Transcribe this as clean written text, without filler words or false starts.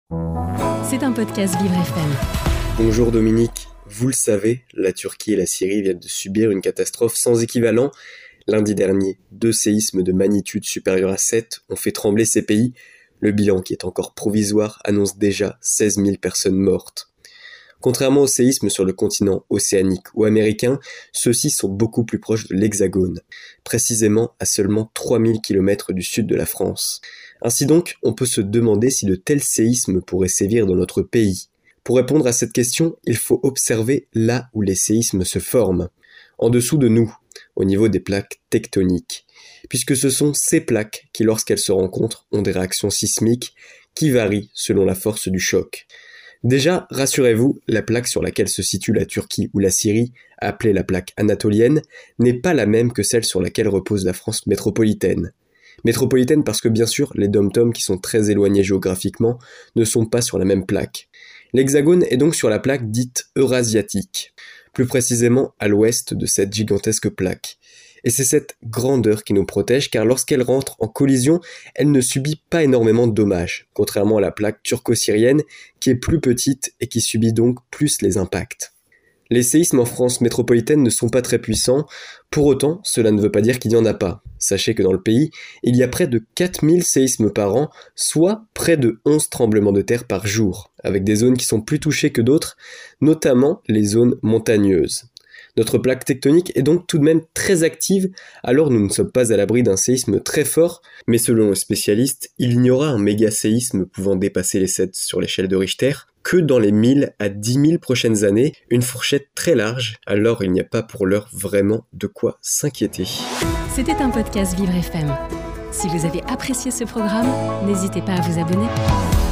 C'est un podcast Vivre FM. Bonjour Dominique, vous le savez, la Turquie et la Syrie viennent de subir une catastrophe sans équivalent. Lundi dernier, 2 séismes de magnitude supérieure à 7 ont fait trembler ces pays. Le bilan, qui est encore provisoire, annonce déjà 16 000 personnes mortes. Contrairement aux séismes sur le continent océanique ou américain, ceux-ci sont beaucoup plus proches de l'Hexagone, précisément à seulement 3000 km du sud de la France. Ainsi donc, on peut se demander si de tels séismes pourraient sévir dans notre pays. Pour répondre à cette question, il faut observer là où les séismes se forment, en dessous de nous, au niveau des plaques tectoniques, puisque ce sont ces plaques qui, lorsqu'elles se rencontrent, ont des réactions sismiques qui varient selon la force du choc. Déjà, rassurez-vous, la plaque sur laquelle se situe la Turquie ou la Syrie, appelée la plaque anatolienne, n'est pas la même que celle sur laquelle repose la France métropolitaine. Métropolitaine parce que bien sûr, les dom-toms qui sont très éloignés géographiquement ne sont pas sur la même plaque. L'Hexagone est donc sur la plaque dite eurasiatique, plus précisément à l'ouest de cette gigantesque plaque. Et c'est cette grandeur qui nous protège car lorsqu'elle rentre en collision, elle ne subit pas énormément de dommages, contrairement à la plaque turco-syrienne qui est plus petite et qui subit donc plus les impacts. Les séismes en France métropolitaine ne sont pas très puissants, pour autant cela ne veut pas dire qu'il n'y en a pas. Sachez que dans le pays, il y a près de 4000 séismes par an, soit près de 11 tremblements de terre par jour, avec des zones qui sont plus touchées que d'autres, notamment les zones montagneuses. Notre plaque tectonique est donc tout de même très active, alors nous ne sommes pas à l'abri d'un séisme très fort, mais selon les spécialistes, il n'y aura un méga-séisme pouvant dépasser les 7 sur l'échelle de Richter que dans les 1000 à 10 000 prochaines années, une fourchette très large, alors il n'y a pas pour l'heure vraiment de quoi s'inquiéter. C'était un podcast Vivre FM. Si vous avez apprécié ce programme, n'hésitez pas à vous abonner.